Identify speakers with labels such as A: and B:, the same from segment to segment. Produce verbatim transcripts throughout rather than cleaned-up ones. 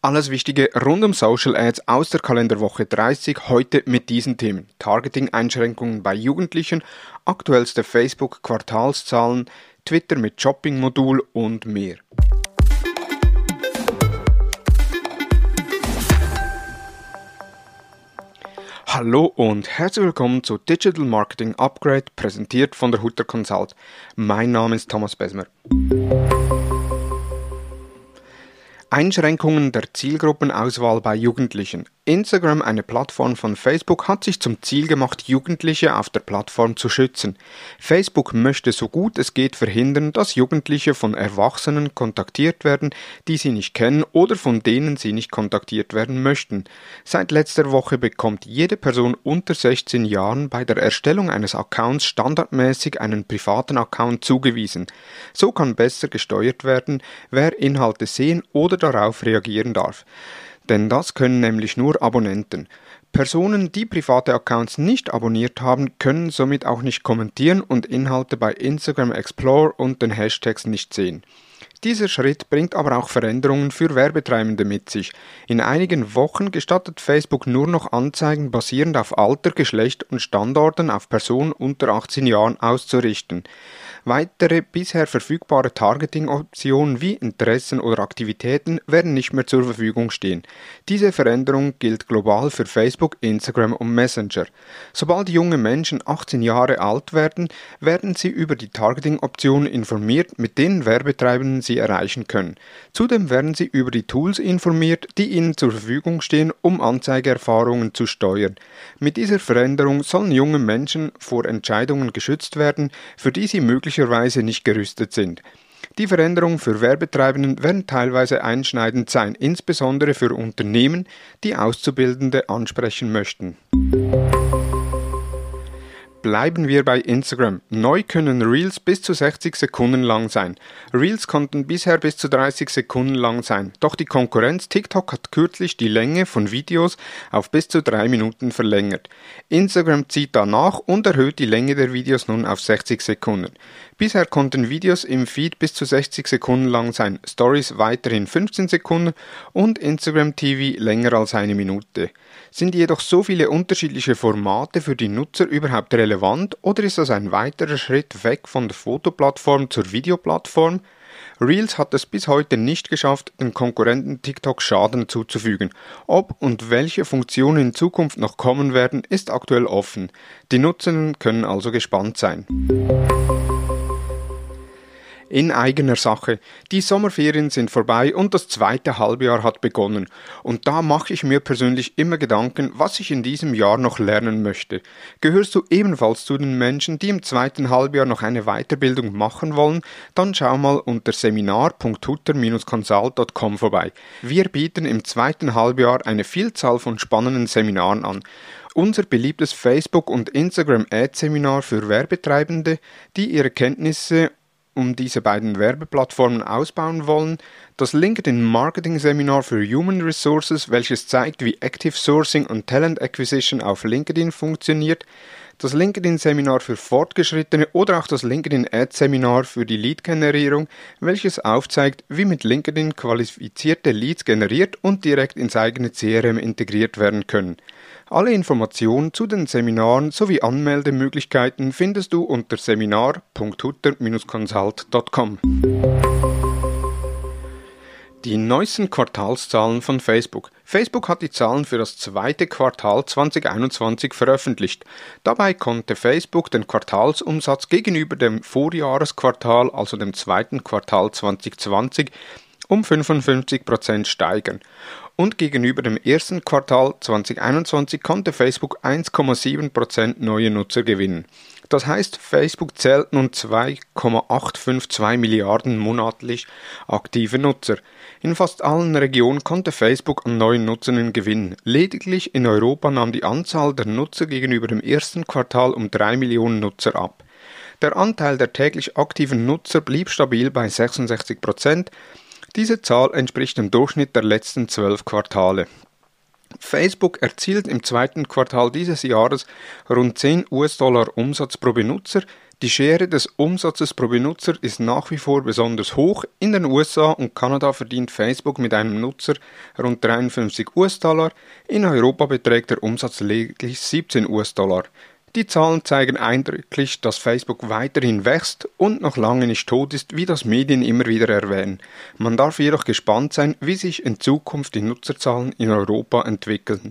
A: Alles Wichtige rund um Social Ads aus der Kalenderwoche dreißig, heute mit diesen Themen: Targeting-Einschränkungen bei Jugendlichen, aktuellste Facebook-Quartalszahlen, Twitter mit Shopping-Modul und mehr. Hallo und herzlich willkommen zu Digital Marketing Upgrade, präsentiert von der Hutter Consult. Mein Name ist Thomas Besmer. Einschränkungen der Zielgruppenauswahl bei Jugendlichen. Instagram, eine Plattform von Facebook, hat sich zum Ziel gemacht, Jugendliche auf der Plattform zu schützen. Facebook möchte so gut es geht verhindern, dass Jugendliche von Erwachsenen kontaktiert werden, die sie nicht kennen oder von denen sie nicht kontaktiert werden möchten. Seit letzter Woche bekommt jede Person unter sechzehn Jahren bei der Erstellung eines Accounts standardmäßig einen privaten Account zugewiesen. So kann besser gesteuert werden, wer Inhalte sehen oder darauf reagieren darf. Denn das können nämlich nur Abonnenten. Personen, die private Accounts nicht abonniert haben, können somit auch nicht kommentieren und Inhalte bei Instagram Explorer und den Hashtags nicht sehen. Dieser Schritt bringt aber auch Veränderungen für Werbetreibende mit sich. In einigen Wochen gestattet Facebook nur noch Anzeigen basierend auf Alter, Geschlecht und Standorten auf Personen unter achtzehn Jahren auszurichten. Weitere bisher verfügbare Targeting-Optionen wie Interessen oder Aktivitäten werden nicht mehr zur Verfügung stehen. Diese Veränderung gilt global für Facebook, Instagram und Messenger. Sobald junge Menschen achtzehn Jahre alt werden, werden sie über die Targeting-Optionen informiert, mit denen Werbetreibenden sie erreichen können. Zudem werden sie über die Tools informiert, die ihnen zur Verfügung stehen, um Anzeigeerfahrungen zu steuern. Mit dieser Veränderung sollen junge Menschen vor Entscheidungen geschützt werden, für die sie möglicherweise nicht gerüstet sind. Die Veränderungen für Werbetreibenden werden teilweise einschneidend sein, insbesondere für Unternehmen, die Auszubildende ansprechen möchten. Bleiben wir bei Instagram. Neu können Reels bis zu sechzig Sekunden lang sein. Reels konnten bisher bis zu dreißig Sekunden lang sein. Doch die Konkurrenz TikTok hat kürzlich die Länge von Videos auf bis zu drei Minuten verlängert. Instagram zieht danach und erhöht die Länge der Videos nun auf sechzig Sekunden. Bisher konnten Videos im Feed bis zu sechzig Sekunden lang sein, Stories weiterhin fünfzehn Sekunden und Instagram T V länger als eine Minute. Sind jedoch so viele unterschiedliche Formate für die Nutzer überhaupt relevant oder ist das ein weiterer Schritt weg von der Fotoplattform zur Videoplattform? Reels hat es bis heute nicht geschafft, den Konkurrenten TikTok Schaden zuzufügen. Ob und welche Funktionen in Zukunft noch kommen werden, ist aktuell offen. Die Nutzenden können also gespannt sein. In eigener Sache. Die Sommerferien sind vorbei und das zweite Halbjahr hat begonnen. Und da mache ich mir persönlich immer Gedanken, was ich in diesem Jahr noch lernen möchte. Gehörst du ebenfalls zu den Menschen, die im zweiten Halbjahr noch eine Weiterbildung machen wollen? Dann schau mal unter seminar punkt hutter Bindestrich consult punkt com vorbei. Wir bieten im zweiten Halbjahr eine Vielzahl von spannenden Seminaren an. Unser beliebtes Facebook- und Instagram-Ad-Seminar für Werbetreibende, die ihre Kenntnisse um diese beiden Werbeplattformen ausbauen wollen, das LinkedIn Marketing Seminar für Human Resources, welches zeigt, wie Active Sourcing und Talent Acquisition auf LinkedIn funktioniert, das LinkedIn Seminar für Fortgeschrittene oder auch das LinkedIn Ad Seminar für die Lead-Generierung, welches aufzeigt, wie mit LinkedIn qualifizierte Leads generiert und direkt ins eigene C R M integriert werden können. Alle Informationen zu den Seminaren sowie Anmeldemöglichkeiten findest du unter seminar punkt hutter Bindestrich consult punkt com. Die neuesten Quartalszahlen von Facebook. Facebook hat die Zahlen für das zweite Quartal zwanzig einundzwanzig veröffentlicht. Dabei konnte Facebook den Quartalsumsatz gegenüber dem Vorjahresquartal, also dem zweiten Quartal zwanzig zwanzig, um fünfundfünfzig Prozent steigern. Und gegenüber dem ersten Quartal zwanzig einundzwanzig konnte Facebook eins Komma sieben Prozent neue Nutzer gewinnen. Das heißt, Facebook zählt nun zwei Komma achthundertzweiundfünfzig Milliarden monatlich aktive Nutzer. In fast allen Regionen konnte Facebook an neuen Nutzern gewinnen. Lediglich in Europa nahm die Anzahl der Nutzer gegenüber dem ersten Quartal um drei Millionen Nutzer ab. Der Anteil der täglich aktiven Nutzer blieb stabil bei sechsundsechzig Prozent. Diese Zahl entspricht dem Durchschnitt der letzten zwölf Quartale. Facebook erzielt im zweiten Quartal dieses Jahres rund zehn US-Dollar Umsatz pro Benutzer, Die Schere des Umsatzes pro Benutzer ist nach wie vor besonders hoch. In den U S A und Kanada verdient Facebook mit einem Nutzer rund dreiundfünfzig US-Dollar, in Europa beträgt der Umsatz lediglich siebzehn US-Dollar. Die Zahlen zeigen eindrücklich, dass Facebook weiterhin wächst und noch lange nicht tot ist, wie das Medien immer wieder erwähnen. Man darf jedoch gespannt sein, wie sich in Zukunft die Nutzerzahlen in Europa entwickeln.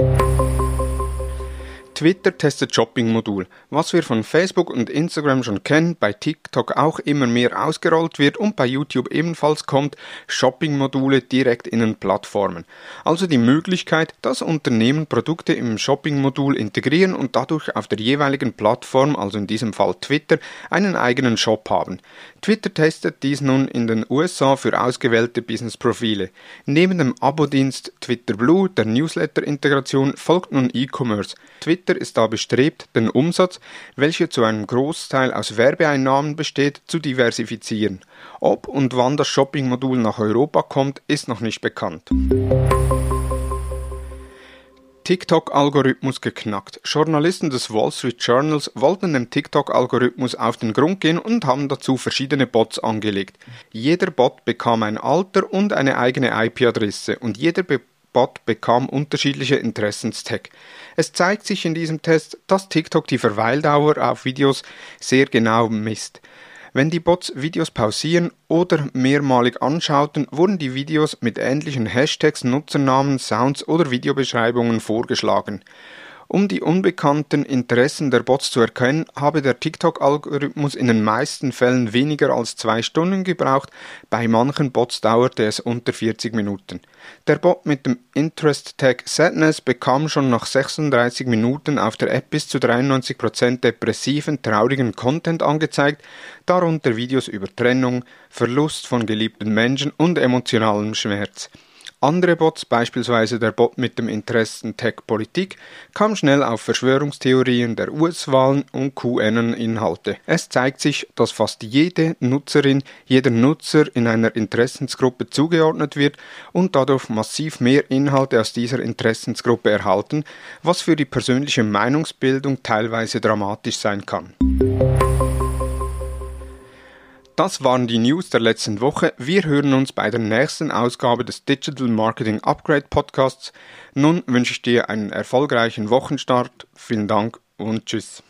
A: Twitter testet Shopping-Modul. Was wir von Facebook und Instagram schon kennen, bei TikTok auch immer mehr ausgerollt wird und bei YouTube ebenfalls kommt, Shopping-Module direkt in den Plattformen. Also die Möglichkeit, dass Unternehmen Produkte im Shopping-Modul integrieren und dadurch auf der jeweiligen Plattform, also in diesem Fall Twitter, einen eigenen Shop haben. Twitter testet dies nun in den U S A für ausgewählte Business-Profile. Neben dem Abo-Dienst Twitter Blue, der Newsletter-Integration, folgt nun E-Commerce. Twitter ist da bestrebt, den Umsatz, welcher zu einem Großteil aus Werbeeinnahmen besteht, zu diversifizieren. Ob und wann das Shopping-Modul nach Europa kommt, ist noch nicht bekannt. TikTok-Algorithmus geknackt. Journalisten des Wall Street Journals wollten dem TikTok-Algorithmus auf den Grund gehen und haben dazu verschiedene Bots angelegt. Jeder Bot bekam ein Alter und eine eigene I P-Adresse und jeder Be Bot bekam unterschiedliche Interessenstag. Es zeigt sich in diesem Test, dass TikTok die Verweildauer auf Videos sehr genau misst. Wenn die Bots Videos pausieren oder mehrmalig anschauten, wurden die Videos mit ähnlichen Hashtags, Nutzernamen, Sounds oder Videobeschreibungen vorgeschlagen. Um die unbekannten Interessen der Bots zu erkennen, habe der TikTok-Algorithmus in den meisten Fällen weniger als zwei Stunden gebraucht, bei manchen Bots dauerte es unter vierzig Minuten. Der Bot mit dem Interest-Tag Sadness bekam schon nach sechsunddreißig Minuten auf der App bis zu dreiundneunzig Prozent depressiven, traurigen Content angezeigt, darunter Videos über Trennung, Verlust von geliebten Menschen und emotionalem Schmerz. Andere Bots, beispielsweise der Bot mit dem Interessentag Politik, kam schnell auf Verschwörungstheorien der U S-Wahlen und Q Anon-Inhalte. Es zeigt sich, dass fast jede Nutzerin, jeder Nutzer in einer Interessensgruppe zugeordnet wird und dadurch massiv mehr Inhalte aus dieser Interessensgruppe erhalten, was für die persönliche Meinungsbildung teilweise dramatisch sein kann. Das waren die News der letzten Woche. Wir hören uns bei der nächsten Ausgabe des Digital Marketing Upgrade Podcasts. Nun wünsche ich dir einen erfolgreichen Wochenstart. Vielen Dank und tschüss.